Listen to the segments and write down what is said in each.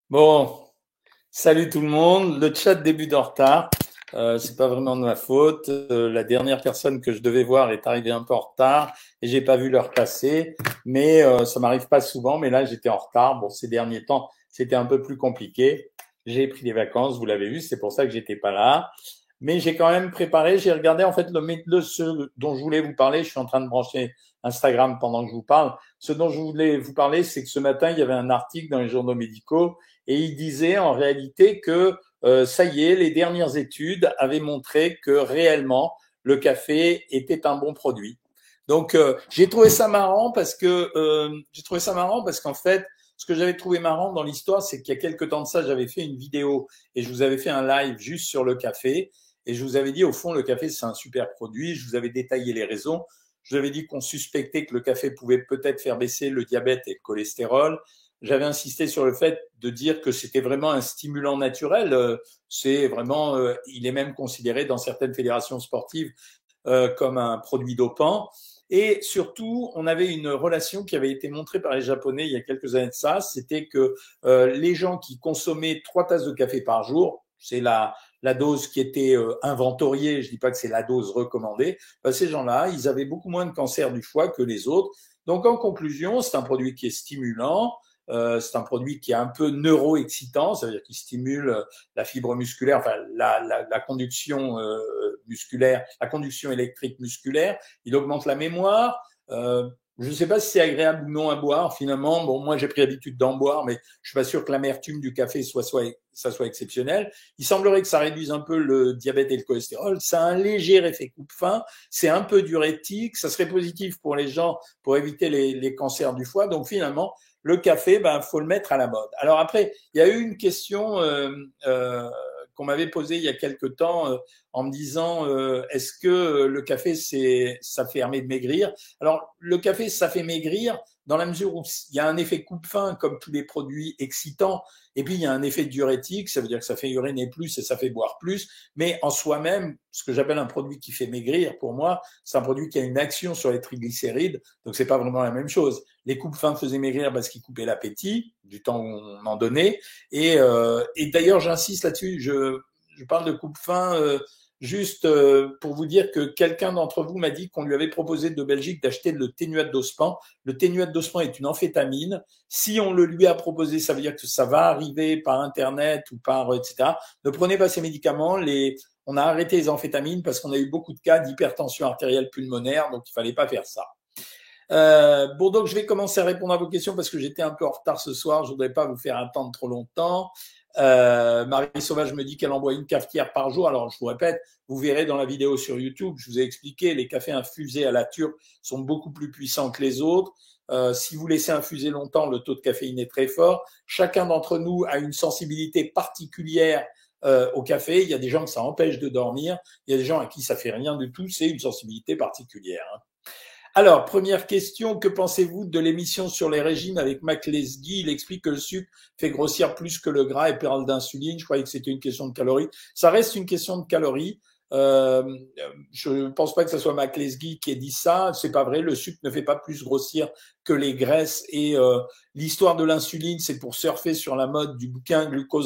Bon, salut tout le monde. Le chat débute en retard. C'est pas vraiment de ma faute. La dernière personne que je devais voir est arrivée un peu en retard et j'ai pas vu l'heure passer. Mais ça m'arrive pas souvent. Mais là, j'étais en retard. Bon, ces derniers temps, c'était un peu plus compliqué. J'ai pris des vacances, vous l'avez vu. C'est pour ça que j'étais pas là. Mais j'ai quand même préparé. J'ai regardé en fait ce dont je voulais vous parler. Je suis en train de brancher Instagram pendant que je vous parle. Ce dont je voulais vous parler, c'est que ce matin, il y avait un article dans les journaux médicaux et il disait en réalité que ça y est, les dernières études avaient montré que réellement le café était un bon produit. Donc j'ai trouvé ça marrant parce qu'en fait, ce que j'avais trouvé marrant dans l'histoire, c'est qu'il y a quelques temps de ça, j'avais fait une vidéo et je vous avais fait un live juste sur le café et je vous avais dit au fond le café c'est un super produit. Je vous avais détaillé les raisons. Je vous avais dit qu'on suspectait que le café pouvait peut-être faire baisser le diabète et le cholestérol. J'avais insisté sur le fait de dire que c'était vraiment un stimulant naturel. C'est vraiment, il est même considéré dans certaines fédérations sportives comme un produit dopant. Et surtout, on avait une relation qui avait été montrée par les Japonais il y a quelques années de ça. C'était que les gens qui consommaient 3 tasses de café par jour, c'est la dose qui était inventoriée, je dis pas que c'est la dose recommandée, ben, ces gens-là, ils avaient beaucoup moins de cancer du foie que les autres. Donc en conclusion, c'est un produit qui est stimulant, c'est un produit qui est un peu neuroexcitant, ça veut dire qu'il stimule la fibre musculaire, enfin la conduction musculaire, la conduction électrique musculaire. Il augmente la mémoire. Je ne sais pas si c'est agréable ou non à boire. Finalement, bon, moi j'ai pris l'habitude d'en boire, mais je suis pas sûr que l'amertume du café ça soit exceptionnel. Il semblerait que ça réduise un peu le diabète et le cholestérol. Ça a un léger effet coupe-faim. C'est un peu diurétique. Ça serait positif pour les gens pour éviter les cancers du foie. Donc finalement, le café, ben, faut le mettre à la mode. Alors après, il y a eu une question qu'on m'avait posée il y a quelque temps en me disant est-ce que le café, ça permet de maigrir? Alors, le café, ça fait maigrir dans la mesure où il y a un effet coupe-faim comme tous les produits excitants, et puis il y a un effet diurétique, ça veut dire que ça fait uriner plus et ça fait boire plus, mais en soi-même, ce que j'appelle un produit qui fait maigrir, pour moi, c'est un produit qui a une action sur les triglycérides, donc c'est pas vraiment la même chose. Les coupes-faim faisaient maigrir parce qu'ils coupaient l'appétit, du temps où on en donnait, et d'ailleurs, j'insiste là-dessus, je parle de coupe-faim juste pour vous dire que quelqu'un d'entre vous m'a dit qu'on lui avait proposé de Belgique d'acheter le ténuate d'Ospan. Le ténuate d'Ospan est une amphétamine. Si on le lui a proposé, ça veut dire que ça va arriver par Internet ou par etc. Ne prenez pas ces médicaments. On a arrêté les amphétamines parce qu'on a eu beaucoup de cas d'hypertension artérielle pulmonaire, donc il fallait pas faire ça. Bon, donc je vais commencer à répondre à vos questions parce que j'étais un peu en retard ce soir. Je voudrais pas vous faire attendre trop longtemps. Marie Sauvage me dit qu'elle envoie une cafetière par jour. Alors, je vous répète, vous verrez dans la vidéo sur YouTube, je vous ai expliqué, les cafés infusés à la turque sont beaucoup plus puissants que les autres. Si vous laissez infuser longtemps, le taux de caféine est très fort. Chacun d'entre nous a une sensibilité particulière au café. Il y a des gens que ça empêche de dormir. Il y a des gens à qui ça fait rien du tout. C'est une sensibilité particulière. Hein. Alors, première question, que pensez-vous de l'émission sur les régimes avec Mac Lesguy? Il explique que le sucre fait grossir plus que le gras et parle d'insuline. Je croyais que c'était une question de calories. Ça reste une question de calories. Euh, je ne pense pas que ce soit Mac Lesguy qui ait dit ça. C'est pas vrai. Le sucre ne fait pas plus grossir que les graisses. Et l'histoire de l'insuline, c'est pour surfer sur la mode du bouquin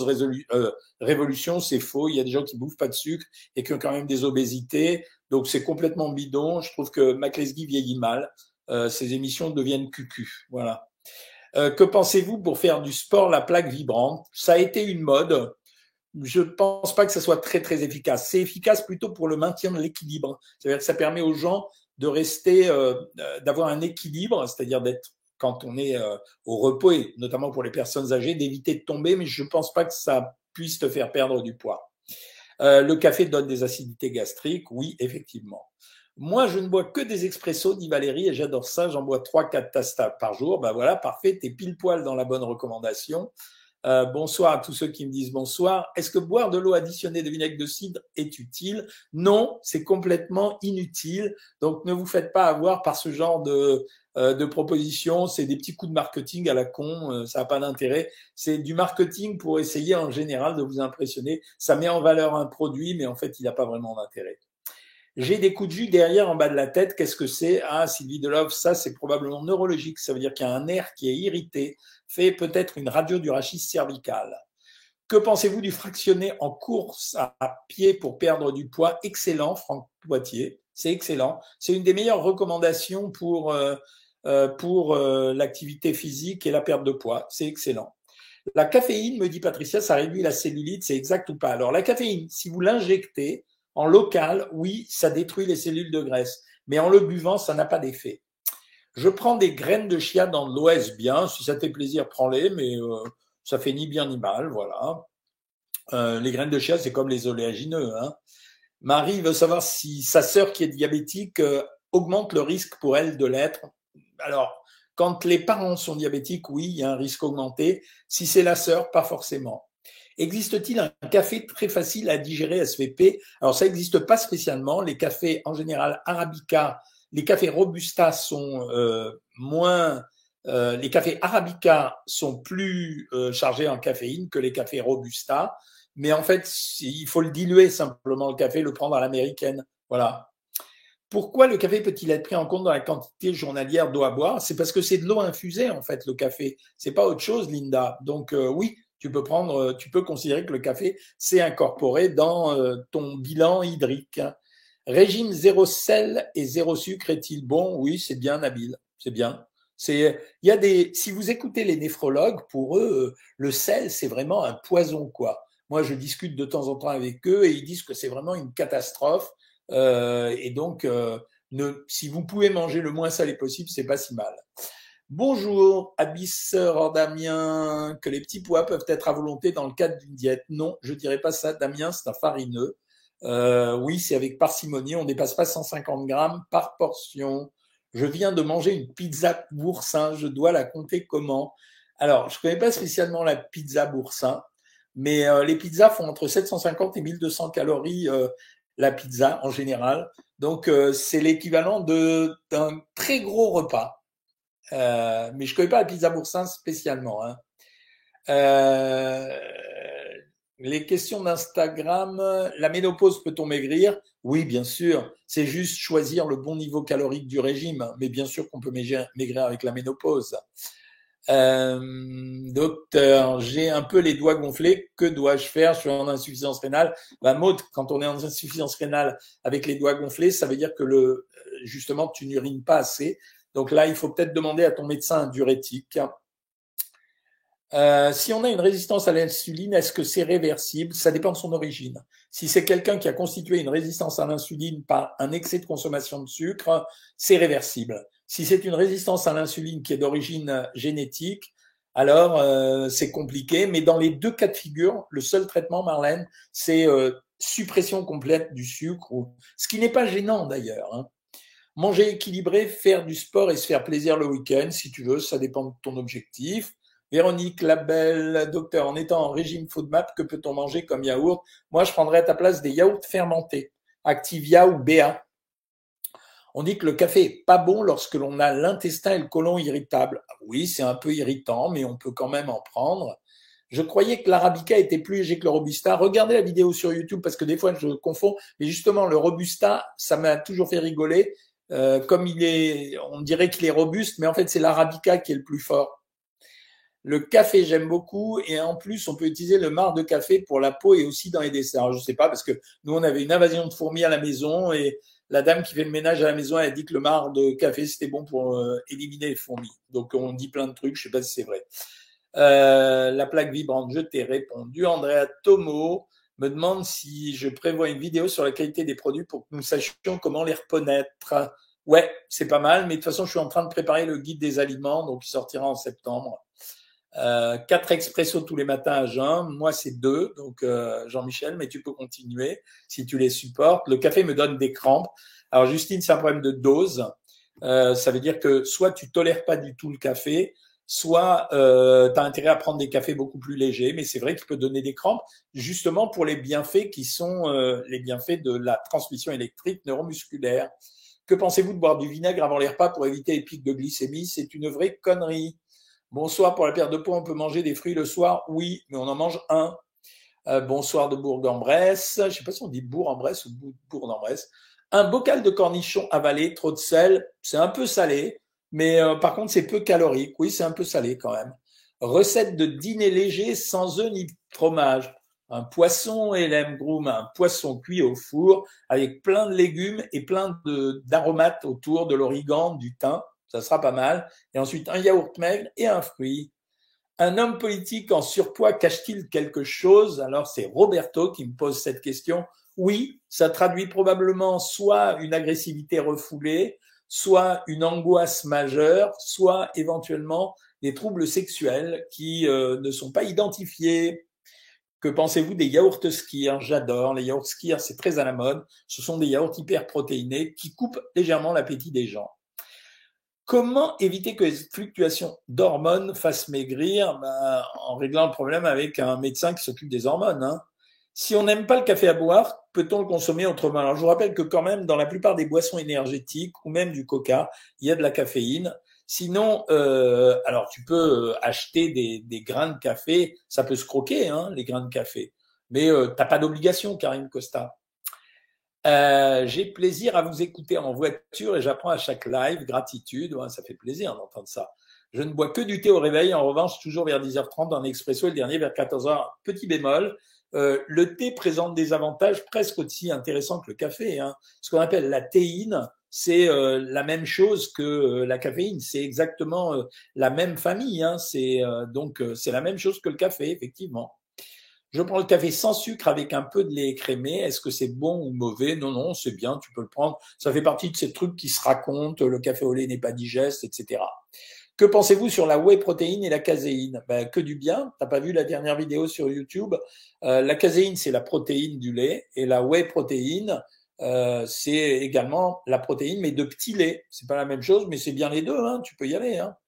Révolution. C'est faux. Il y a des gens qui bouffent pas de sucre et qui ont quand même des obésités. Donc c'est complètement bidon. Je trouve que Maclesguy vieillit mal. Ses émissions deviennent cucu. Voilà. Que pensez-vous pour faire du sport la plaque vibrante? Ça a été une mode. Je ne pense pas que ça soit très très efficace. C'est efficace plutôt pour le maintien de l'équilibre. C'est-à-dire que ça permet aux gens de rester, d'avoir un équilibre, c'est-à-dire d'être quand on est au repos et notamment pour les personnes âgées, d'éviter de tomber. Mais je ne pense pas que ça puisse te faire perdre du poids. Le café donne des acidités gastriques, oui, effectivement. Moi, je ne bois que des expressos, dit Valérie, et j'adore ça. J'en bois 3-4 tasses par jour. Ben voilà, parfait, t'es pile poil dans la bonne recommandation. Bonsoir à tous ceux qui me disent bonsoir. Est-ce que boire de l'eau additionnée de vinaigre de cidre est utile? Non, c'est complètement inutile. Donc, ne vous faites pas avoir par ce genre de propositions. C'est des petits coups de marketing à la con. Ça n'a pas d'intérêt. C'est du marketing pour essayer en général de vous impressionner. Ça met en valeur un produit, mais en fait, il n'a pas vraiment d'intérêt. J'ai des coups de jus derrière en bas de la tête. Qu'est-ce que c'est? Ah, Sylvie Delove, ça c'est probablement neurologique. Ça veut dire qu'il y a un nerf qui est irrité. Fait peut-être une radio du rachis cervical. Que pensez-vous du fractionné en course à pied pour perdre du poids? Excellent, Franck Poitier. C'est excellent. C'est une des meilleures recommandations pour l'activité physique et la perte de poids. C'est excellent. La caféine, me dit Patricia, ça réduit la cellulite, c'est exact ou pas? Alors la caféine, si vous l'injectez en local, oui, ça détruit les cellules de graisse, mais en le buvant, ça n'a pas d'effet. Je prends des graines de chia dans de l'OS, bien, si ça te fait plaisir, prends-les, mais ça fait ni bien ni mal, voilà. Les graines de chia, c'est comme les oléagineux. Hein. Marie veut savoir si sa sœur qui est diabétique augmente le risque pour elle de l'être. Alors, quand les parents sont diabétiques, oui, il y a un risque augmenté. Si c'est la sœur, pas forcément. Existe-t-il un café très facile à digérer SVP? Alors, ça n'existe pas spécialement. Les cafés, en général, Arabica, les cafés Robusta sont moins... les cafés Arabica sont plus chargés en caféine que les cafés Robusta. Mais en fait, il faut le diluer simplement, le café, le prendre à l'américaine. Voilà. Pourquoi le café peut-il être pris en compte dans la quantité journalière d'eau à boire? C'est parce que c'est de l'eau infusée, en fait, le café. C'est pas autre chose, Linda. Donc, oui, tu peux considérer que le café s'est incorporé dans ton bilan hydrique. Régime zéro sel et zéro sucre est-il bon? Oui, c'est bien, Nabil. C'est bien. Si vous écoutez les néphrologues, pour eux, le sel, c'est vraiment un poison, quoi. Moi, je discute de temps en temps avec eux et ils disent que c'est vraiment une catastrophe. Et donc, si vous pouvez manger le moins salé possible, c'est pas si mal. Bonjour, Abysseur Damien, que les petits pois peuvent être à volonté dans le cadre d'une diète. Non, je dirais pas ça, Damien, c'est un farineux. Oui, c'est avec parcimonie, on dépasse pas 150 grammes par portion. Je viens de manger une pizza boursin, je dois la compter comment? Alors, je connais pas spécialement la pizza boursin, mais les pizzas font entre 750 et 1200 calories la pizza en général. Donc, c'est l'équivalent d'un très gros repas. Mais je ne connais pas la pizza boursin spécialement. Hein. Euh, les questions d'Instagram, la ménopause peut-on maigrir? Oui, bien sûr. C'est juste choisir le bon niveau calorique du régime. Mais bien sûr qu'on peut maigrir avec la ménopause. Docteur, j'ai un peu les doigts gonflés. Que dois-je faire? Je suis en insuffisance rénale. Maud, quand on est en insuffisance rénale avec les doigts gonflés, ça veut dire que justement, tu n'urines pas assez. Donc là, il faut peut-être demander à ton médecin un diurétique. Si on a une résistance à l'insuline, est-ce que c'est réversible? Ça dépend de son origine. Si c'est quelqu'un qui a constitué une résistance à l'insuline par un excès de consommation de sucre, c'est réversible. Si c'est une résistance à l'insuline qui est d'origine génétique, alors c'est compliqué. Mais dans les deux cas de figure, le seul traitement, Marlène, c'est suppression complète du sucre, ce qui n'est pas gênant d'ailleurs. Hein. Manger équilibré, faire du sport et se faire plaisir le week-end, si tu veux, ça dépend de ton objectif. Véronique Labelle, docteur, en étant en régime FODMAP, que peut-on manger comme yaourt? Moi, je prendrais à ta place des yaourts fermentés, Activia ou BA. On dit que le café est pas bon lorsque l'on a l'intestin et le côlon irritables. Oui, c'est un peu irritant, mais on peut quand même en prendre. Je croyais que l'Arabica était plus léger que le Robusta. Regardez la vidéo sur YouTube parce que des fois je confonds. Mais justement, le Robusta, ça m'a toujours fait rigoler. Comme on dirait qu'il est robuste, mais en fait c'est l'Arabica qui est le plus fort. Le café, j'aime beaucoup. Et en plus, on peut utiliser le marc de café pour la peau et aussi dans les desserts. Alors, je sais pas, parce que nous, on avait une invasion de fourmis à la maison et la dame qui fait le ménage à la maison, elle a dit que le marc de café, c'était bon pour éliminer les fourmis. Donc, on dit plein de trucs. Je sais pas si c'est vrai. La plaque vibrante, je t'ai répondu. Andrea Tomo me demande si je prévois une vidéo sur la qualité des produits pour que nous sachions comment les reconnaître. Ouais, c'est pas mal. Mais de toute façon, je suis en train de préparer le guide des aliments. Donc, il sortira en septembre. 4 expressos tous les matins à jeun. Moi, c'est 2, donc Jean-Michel, mais tu peux continuer si tu les supportes. Le café me donne des crampes. Alors, Justine, c'est un problème de dose. Ça veut dire que soit tu tolères pas du tout le café, soit tu as intérêt à prendre des cafés beaucoup plus légers, mais c'est vrai qu'il peut donner des crampes, justement pour les bienfaits qui sont les bienfaits de la transmission électrique neuromusculaire. Que pensez-vous de boire du vinaigre avant les repas pour éviter les pics de glycémie? C'est une vraie connerie. Bonsoir, pour la perte de poids, on peut manger des fruits le soir? Oui, mais on en mange un. Bonsoir de Bourg-en-Bresse. Je ne sais pas si on dit Bourg-en-Bresse ou Bourg-en-Bresse. Un bocal de cornichons avalé, trop de sel, c'est un peu salé, mais par contre c'est peu calorique. Oui, c'est un peu salé quand même. Recette de dîner léger sans œufs ni fromage. Un poisson LM Groom, un poisson cuit au four avec plein de légumes et plein d'aromates autour, de l'origan, du thym, ça sera pas mal. Et ensuite un yaourt maigre et un fruit. Un homme politique en surpoids cache-t-il quelque chose? Alors c'est Roberto qui me pose cette question. Oui, ça traduit probablement soit une agressivité refoulée, soit une angoisse majeure, soit éventuellement des troubles sexuels qui ne sont pas identifiés. Que pensez-vous des yaourts skiers? J'adore les yaourts skiers, c'est très à la mode. Ce sont des yaourts hyper protéinés qui coupent légèrement l'appétit des gens. Comment éviter que les fluctuations d'hormones fassent maigrir? En réglant le problème avec un médecin qui s'occupe des hormones. Hein. Si on n'aime pas le café à boire, peut-on le consommer autrement? Alors je vous rappelle que quand même, dans la plupart des boissons énergétiques ou même du coca, il y a de la caféine. Sinon, alors tu peux acheter des grains de café, ça peut se croquer, hein, les grains de café. Mais t'as pas d'obligation, Karine Costa. J'ai plaisir à vous écouter en voiture et j'apprends à chaque live. Gratitude, ouais, ça fait plaisir d'entendre ça. Je ne bois que du thé au réveil. En revanche, toujours vers 10h30 dans Nespresso et le dernier vers 14h. Petit bémol, le thé présente des avantages presque aussi intéressants que le café. Hein. Ce qu'on appelle la théine, c'est la même chose que la caféine. C'est exactement la même famille. Hein. Donc c'est la même chose que le café, effectivement. Je prends le café sans sucre avec un peu de lait écrémé. Est-ce que c'est bon ou mauvais? Non, non, c'est bien, tu peux le prendre. Ça fait partie de ces trucs qui se racontent, le café au lait n'est pas digeste, etc. Que pensez-vous sur la whey protéine et la caséine? Que du bien. T'as pas vu la dernière vidéo sur YouTube? La caséine, c'est la protéine du lait et la whey protéine, c'est également la protéine, mais de petit lait. C'est pas la même chose, mais c'est bien les deux. Hein. Tu peux y aller. Hein.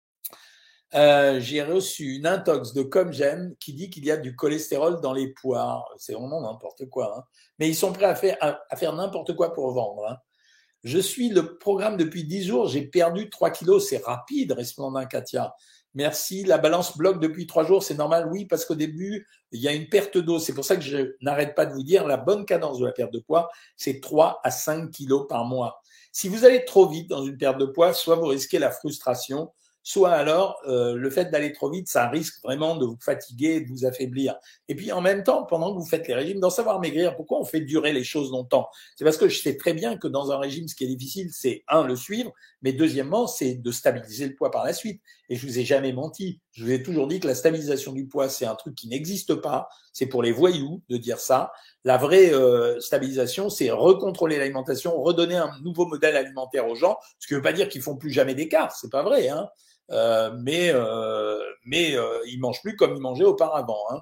J'ai reçu une intox de Comme J'aime qui dit qu'il y a du cholestérol dans les poires. C'est vraiment n'importe quoi. Hein. Mais ils sont prêts à faire n'importe quoi pour vendre. Hein. Je suis le programme depuis 10 jours. J'ai perdu 3 kilos. C'est rapide, resplendant Katia. Merci. La balance bloque depuis 3 jours. C'est normal. Oui, parce qu'au début, il y a une perte d'eau. C'est pour ça que je n'arrête pas de vous dire la bonne cadence de la perte de poids, c'est 3 à 5 kilos par mois. Si vous allez trop vite dans une perte de poids, soit vous risquez la frustration, soit alors le fait d'aller trop vite, ça risque vraiment de vous fatiguer et de vous affaiblir. Et puis en même temps, pendant que vous faites les régimes, dans Savoir Maigrir, pourquoi on fait durer les choses longtemps? C'est parce que je sais très bien que dans un régime, ce qui est difficile, c'est le suivre, mais deuxièmement, c'est de stabiliser le poids par la suite. Et je vous ai jamais menti. Je vous ai toujours dit que la stabilisation du poids, c'est un truc qui n'existe pas. C'est pour les voyous de dire ça. La vraie stabilisation, c'est recontrôler l'alimentation, redonner un nouveau modèle alimentaire aux gens, ce qui ne veut pas dire qu'ils font plus jamais d'écart. C'est pas vrai, hein. Mais ils mangent plus comme ils mangeaient auparavant. Hein.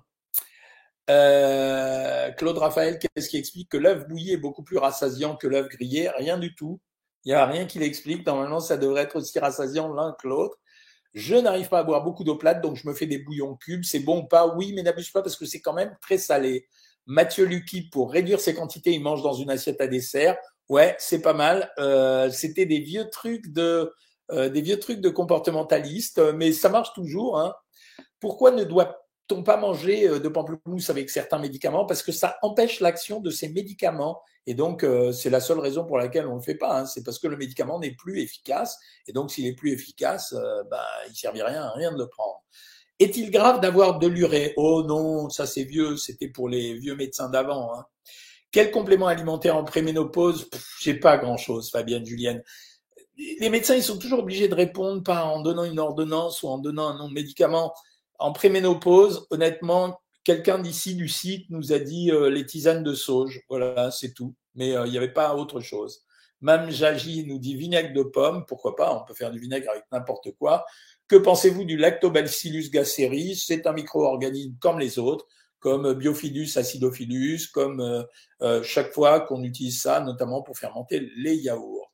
Claude Raphaël, qu'est-ce qui explique que l'œuf bouilli est beaucoup plus rassasiant que l'œuf grillé? Rien du tout. Il n'y a rien qui l'explique. Normalement, ça devrait être aussi rassasiant l'un que l'autre. Je n'arrive pas à boire beaucoup d'eau plate, donc je me fais des bouillons cubes. C'est bon ou pas? Oui, mais n'abuse pas parce que c'est quand même très salé. Mathieu Lucky, pour réduire ses quantités, il mange dans une assiette à dessert. Ouais, c'est pas mal. C'était des vieux trucs de comportementalistes, mais ça marche toujours. Hein. Pourquoi ne doit-on pas manger de pamplemousse avec certains médicaments? Parce que ça empêche l'action de ces médicaments. Et donc, c'est la seule raison pour laquelle on ne le fait pas. Hein. C'est parce que le médicament n'est plus efficace. Et donc, s'il est plus efficace, il ne servirait à rien de le prendre. Est-il grave d'avoir de l'urée? Oh non, ça c'est vieux. C'était pour les vieux médecins d'avant. Hein. Quel complément alimentaire en préménopause? Je sais pas grand-chose, Fabienne Julienne. Les médecins, ils sont toujours obligés de répondre par en donnant une ordonnance ou en donnant un nom de médicament. En préménopause, honnêtement, quelqu'un d'ici du site nous a dit les tisanes de sauge. Voilà, c'est tout. Mais il n'y avait pas autre chose. Mme Jaji nous dit vinaigre de pomme. Pourquoi pas? On peut faire du vinaigre avec n'importe quoi. Que pensez-vous du Lactobacillus gasseri? C'est un micro-organisme comme les autres, comme Biophilus acidophilus, comme chaque fois qu'on utilise ça, notamment pour fermenter les yaourts.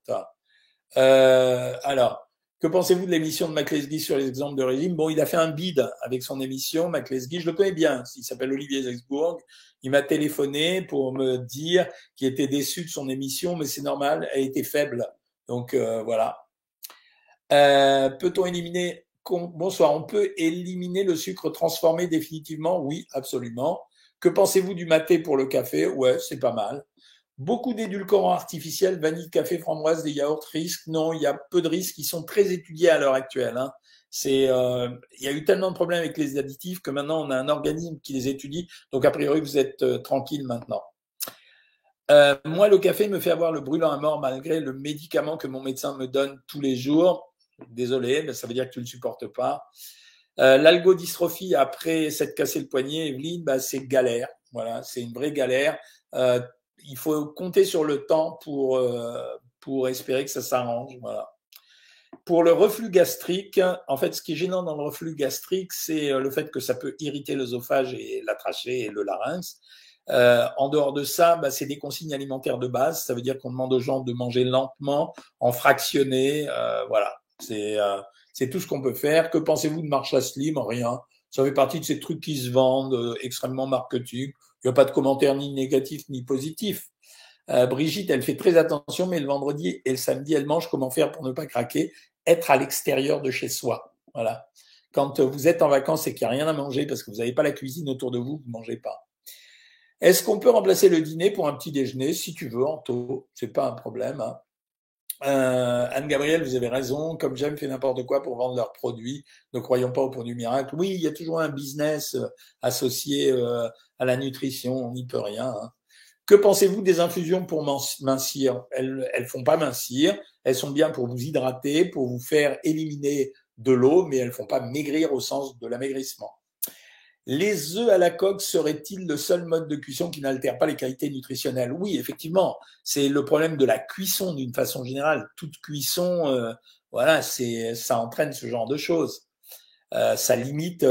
Alors, que pensez-vous de l'émission de McLesguy sur les exemples de régime? Bon, il a fait un bid avec son émission, McLesguy, je le connais bien, il s'appelle Olivier Zexbourg. Il m'a téléphoné pour me dire qu'il était déçu de son émission, mais c'est normal, elle était faible. Donc voilà. Peut-on éliminer... Bonsoir, on peut éliminer le sucre transformé définitivement? Oui, absolument. Que pensez-vous du maté pour le café? Ouais, c'est pas mal. Beaucoup d'édulcorants artificiels, vanille, café, framboise, des yaourts, risques. Non, il y a peu de risques qui sont très étudiés à l'heure actuelle. Hein. Il y a eu tellement de problèmes avec les additifs que maintenant on a un organisme qui les étudie. Donc a priori vous êtes tranquille maintenant. Moi, le café me fait avoir le brûlant à mort malgré le médicament que mon médecin me donne tous les jours. Désolé, mais ça veut dire que tu ne le supportes pas. L'algodystrophie après s'être cassé le poignet, Evelyne, c'est galère. Voilà, c'est une vraie galère. Il faut compter sur le temps pour espérer que ça s'arrange. Voilà. Pour le reflux gastrique, en fait, ce qui est gênant dans le reflux gastrique, c'est le fait que ça peut irriter l'œsophage et la trachée et le larynx. En dehors de ça, c'est des consignes alimentaires de base. Ça veut dire qu'on demande aux gens de manger lentement, en fractionné. Voilà, c'est tout ce qu'on peut faire. Que pensez-vous de Marcha Slim? Rien. Ça fait partie de ces trucs qui se vendent, extrêmement marketing. Il n'y a pas de commentaires ni négatifs ni positifs. Brigitte, elle fait très attention, mais le vendredi et le samedi, elle mange. Comment faire pour ne pas craquer? Être à l'extérieur de chez soi. Voilà. Quand vous êtes en vacances et qu'il n'y a rien à manger parce que vous n'avez pas la cuisine autour de vous, vous ne mangez pas. Est-ce qu'on peut remplacer le dîner pour un petit déjeuner? Si tu veux, Anto, c'est pas un problème. Hein. Anne-Gabrielle, vous avez raison. Comme j'aime, fait n'importe quoi pour vendre leurs produits. Ne croyons pas au produit miracle. Oui, il y a toujours un business associé à la nutrition. On n'y peut rien. Hein. Que pensez-vous des infusions pour mincir? Elles font pas mincir. Elles sont bien pour vous hydrater, pour vous faire éliminer de l'eau, mais elles font pas maigrir au sens de l'amaigrissement. Les œufs à la coque seraient-ils le seul mode de cuisson qui n'altère pas les qualités nutritionnelles? Oui, effectivement, c'est le problème de la cuisson d'une façon générale. Toute cuisson, voilà, ça entraîne ce genre de choses. Ça limite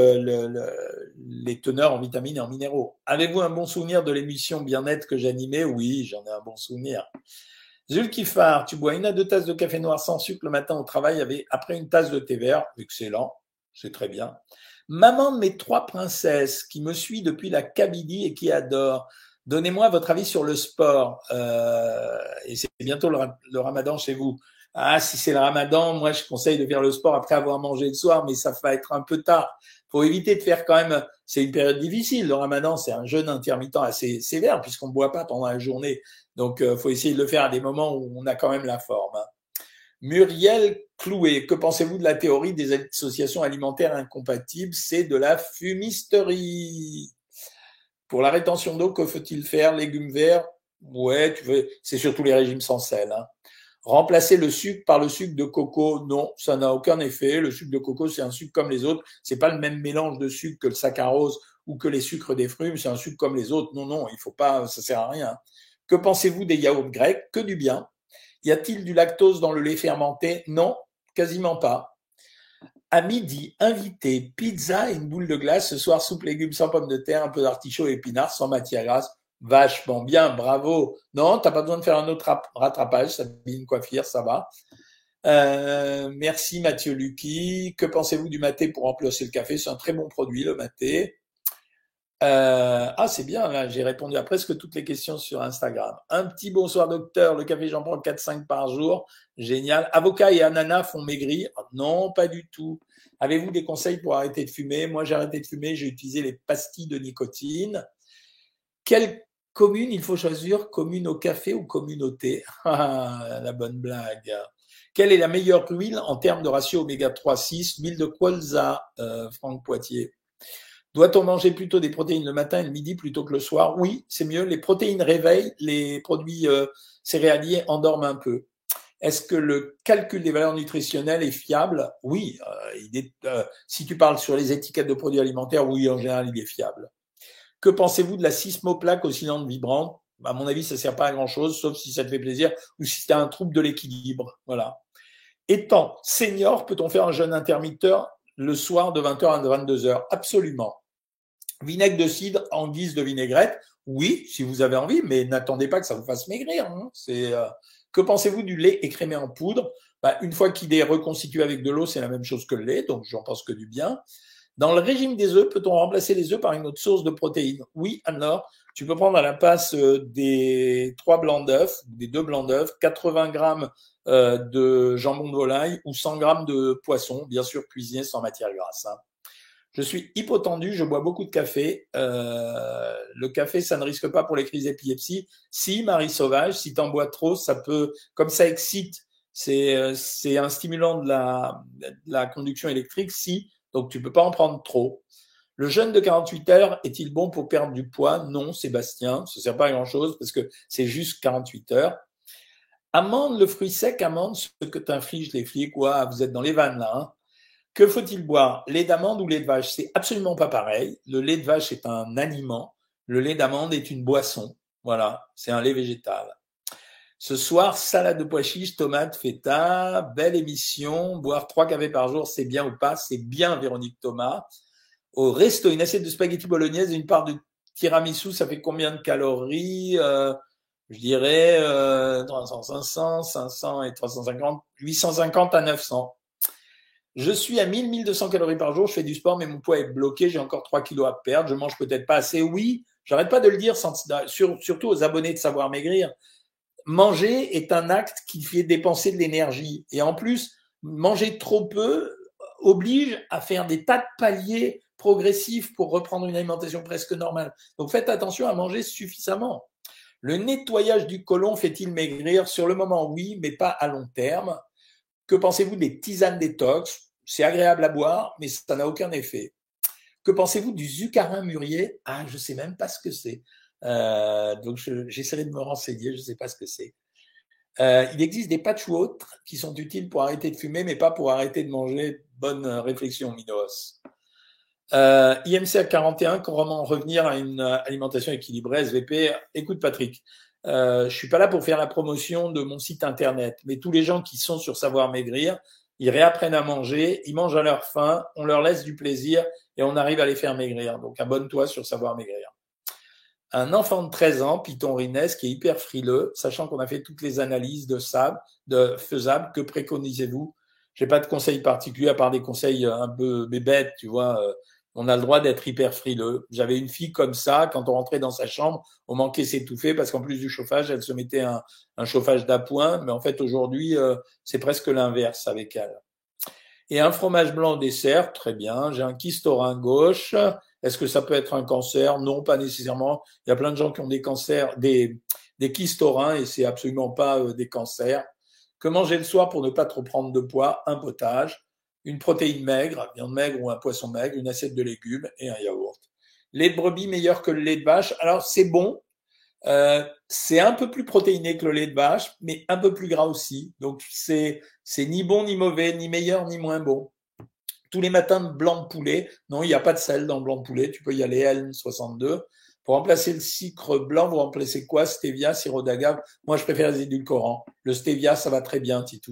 les teneurs en vitamines et en minéraux. Avez-vous un bon souvenir de l'émission Bien-être que j'animais? Oui, j'en ai un bon souvenir. Zulkifar, tu bois 1 à 2 tasses de café noir sans sucre le matin au travail après une tasse de thé vert. Excellent, c'est très bien. Maman de mes 3 princesses qui me suit depuis la Kabylie et qui adore. Donnez-moi votre avis sur le sport. Et c'est bientôt le ramadan chez vous. Ah, si c'est le ramadan, moi je conseille de faire le sport après avoir mangé le soir, mais ça va être un peu tard. Faut éviter de faire quand même. C'est une période difficile. Le ramadan, c'est un jeûne intermittent assez sévère puisqu'on ne boit pas pendant la journée. Donc, faut essayer de le faire à des moments où on a quand même la forme. Hein. Muriel Clouet, que pensez-vous de la théorie des associations alimentaires incompatibles? C'est de la fumisterie. Pour la rétention d'eau, que faut-il faire? Légumes verts? Ouais, c'est surtout les régimes sans sel. Hein. Remplacer le sucre par le sucre de coco? Non, ça n'a aucun effet. Le sucre de coco, c'est un sucre comme les autres. C'est pas le même mélange de sucre que le saccharose ou que les sucres des fruits. C'est un sucre comme les autres. Non, non, il faut pas, ça sert à rien. Que pensez-vous des yaourts grecs? Que du bien. Y a-t-il du lactose dans le lait fermenté? Non, quasiment pas. À midi, invité, pizza et une boule de glace. Ce soir, soupe légumes sans pommes de terre, un peu d'artichaut et épinards, sans matière grasse. Vachement bien, bravo. Non, t'as pas besoin de faire un autre rattrapage, Sabine Coiffure, ça va. Merci Mathieu Lucky. Que pensez-vous du maté pour remplacer le café? C'est un très bon produit, le maté. C'est bien, là, j'ai répondu à presque toutes les questions sur Instagram. Un petit bonsoir docteur, le café j'en prends 4-5 par jour, génial. Avocat et ananas font maigrir? Non, pas du tout. Avez-vous des conseils pour arrêter de fumer? Moi j'ai arrêté de fumer, j'ai utilisé les pastilles de nicotine. Quelle commune il faut choisir? Commune au café ou communauté? Ah, la bonne blague. Quelle est la meilleure huile en termes de ratio oméga 3,6? L'huile de colza, Franck Poitiers. Doit-on manger plutôt des protéines le matin et le midi plutôt que le soir? Oui, c'est mieux. Les protéines réveillent, les produits céréaliers endorment un peu. Est-ce que le calcul des valeurs nutritionnelles est fiable? Oui. Si tu parles sur les étiquettes de produits alimentaires, oui, en général, il est fiable. Que pensez-vous de la sismoplaque oscillante vibrante? À mon avis, ça ne sert pas à grand-chose, sauf si ça te fait plaisir ou si tu as un trouble de l'équilibre. Voilà. Étant senior, peut-on faire un jeûne intermittent le soir de 20h à 22h? Absolument. Vinaigre de cidre en guise de vinaigrette? Oui, si vous avez envie, mais n'attendez pas que ça vous fasse maigrir. Hein. Que pensez-vous du lait écrémé en poudre? Une fois qu'il est reconstitué avec de l'eau, c'est la même chose que le lait, donc j'en pense que du bien. Dans le régime des œufs, peut-on remplacer les œufs par une autre source de protéines? Oui, alors, tu peux prendre à la place des 3 blancs d'œufs, des 2 blancs d'œufs, 80 grammes de jambon de volaille ou 100 grammes de poisson, bien sûr cuisiné sans matière grasse. Hein. Je suis hypotendu, je bois beaucoup de café. Le café, ça ne risque pas pour les crises d'épilepsie. Si, Marie Sauvage, si tu en bois trop, ça peut, comme ça excite, c'est un stimulant de la conduction électrique, si, donc tu peux pas en prendre trop. Le jeûne de 48 heures est-il bon pour perdre du poids? Non, Sébastien, ça ne sert pas à grand-chose parce que c'est juste 48 heures. Amande, le fruit sec, amande, ce que t'infliges les flics, quoi, vous êtes dans les vannes là, hein. Que faut-il boire? Lait d'amande ou lait de vache? C'est absolument pas pareil. Le lait de vache est un aliment. Le lait d'amande est une boisson. Voilà, c'est un lait végétal. Ce soir, salade de pois chiches, tomates, feta. Belle émission. Boire 3 cafés par jour, c'est bien ou pas? C'est bien, Véronique Thomas. Au resto, une assiette de spaghetti bolognaise et une part de tiramisu, ça fait combien de calories? Je dirais 300, 500, 500 et 350, 850 à 900. Je suis à 1200 calories par jour, je fais du sport, mais mon poids est bloqué, j'ai encore 3 kilos à perdre, je mange peut-être pas assez. Oui, j'arrête pas de le dire, surtout aux abonnés de Savoir Maigrir. Manger est un acte qui fait dépenser de l'énergie. Et en plus, manger trop peu oblige à faire des tas de paliers progressifs pour reprendre une alimentation presque normale. Donc faites attention à manger suffisamment. Le nettoyage du côlon fait-il maigrir? Sur le moment, oui, mais pas à long terme. Que pensez-vous des tisanes détox? C'est agréable à boire, mais ça n'a aucun effet. Que pensez-vous du zuccarin mûrier? Ah, je ne sais même pas ce que c'est. Donc, j'essaierai de me renseigner, je ne sais pas ce que c'est. Il existe des patchs ou autres qui sont utiles pour arrêter de fumer, mais pas pour arrêter de manger. Bonne réflexion, Minos. IMC à 41, comment revenir à une alimentation équilibrée, SVP? Écoute, Patrick, je suis pas là pour faire la promotion de mon site internet, mais tous les gens qui sont sur Savoir Maigrir, ils réapprennent à manger, ils mangent à leur faim, on leur laisse du plaisir et on arrive à les faire maigrir. Donc abonne-toi sur Savoir Maigrir. Un enfant de 13 ans, Python Rines, qui est hyper frileux, sachant qu'on a fait toutes les analyses de faisable, que préconisez-vous? J'ai pas de conseils particuliers à part des conseils un peu bébêtes, tu vois. On a le droit d'être hyper frileux. J'avais une fille comme ça, quand on rentrait dans sa chambre, on manquait s'étouffer parce qu'en plus du chauffage, elle se mettait un chauffage d'appoint. Mais en fait, aujourd'hui, c'est presque l'inverse avec elle. Et un fromage blanc au dessert, très bien. J'ai un kyste au rein gauche. Est-ce que ça peut être un cancer? Non, pas nécessairement. Il y a plein de gens qui ont des cancers, des kystes au rein et c'est absolument pas des cancers. Que manger le soir pour ne pas trop prendre de poids? Un potage, une protéine maigre, viande maigre ou un poisson maigre, une assiette de légumes et un yaourt. Lait de brebis meilleur que le lait de vache? Alors c'est bon. C'est un peu plus protéiné que le lait de vache, mais un peu plus gras aussi. Donc c'est ni bon ni mauvais, ni meilleur ni moins bon. Tous les matins de blanc de poulet. Non, il n'y a pas de sel dans le blanc de poulet. Tu peux y aller L62. Pour remplacer le sucre blanc, vous remplacez quoi? Stevia, sirop d'agave. Moi, je préfère les édulcorants. Le stevia, ça va très bien, Titou.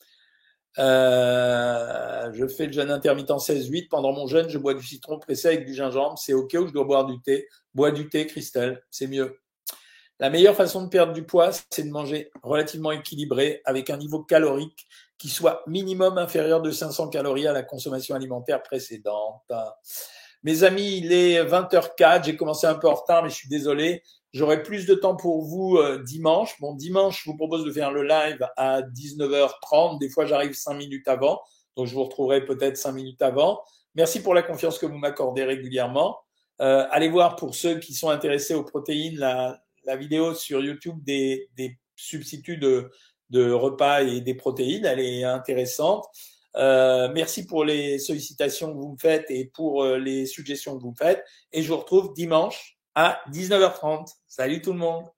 Je fais le jeûne intermittent 16-8. Pendant mon jeûne, je bois du citron pressé avec du gingembre. C'est OK ou je dois boire du thé? Bois du thé, Christelle. C'est mieux. La meilleure façon de perdre du poids, c'est de manger relativement équilibré avec un niveau calorique qui soit minimum inférieur de 500 calories à la consommation alimentaire précédente. Mes amis, il est 20h04, j'ai commencé un peu en retard, mais je suis désolé. J'aurai plus de temps pour vous dimanche. Bon, dimanche, je vous propose de faire le live à 19h30. Des fois, j'arrive 5 minutes avant, donc je vous retrouverai peut-être 5 minutes avant. Merci pour la confiance que vous m'accordez régulièrement. Allez voir pour ceux qui sont intéressés aux protéines la vidéo sur YouTube des substituts de repas et des protéines, elle est intéressante. Merci pour les sollicitations que vous me faites et pour les suggestions que vous me faites. Et je vous retrouve dimanche à 19h30. Salut tout le monde.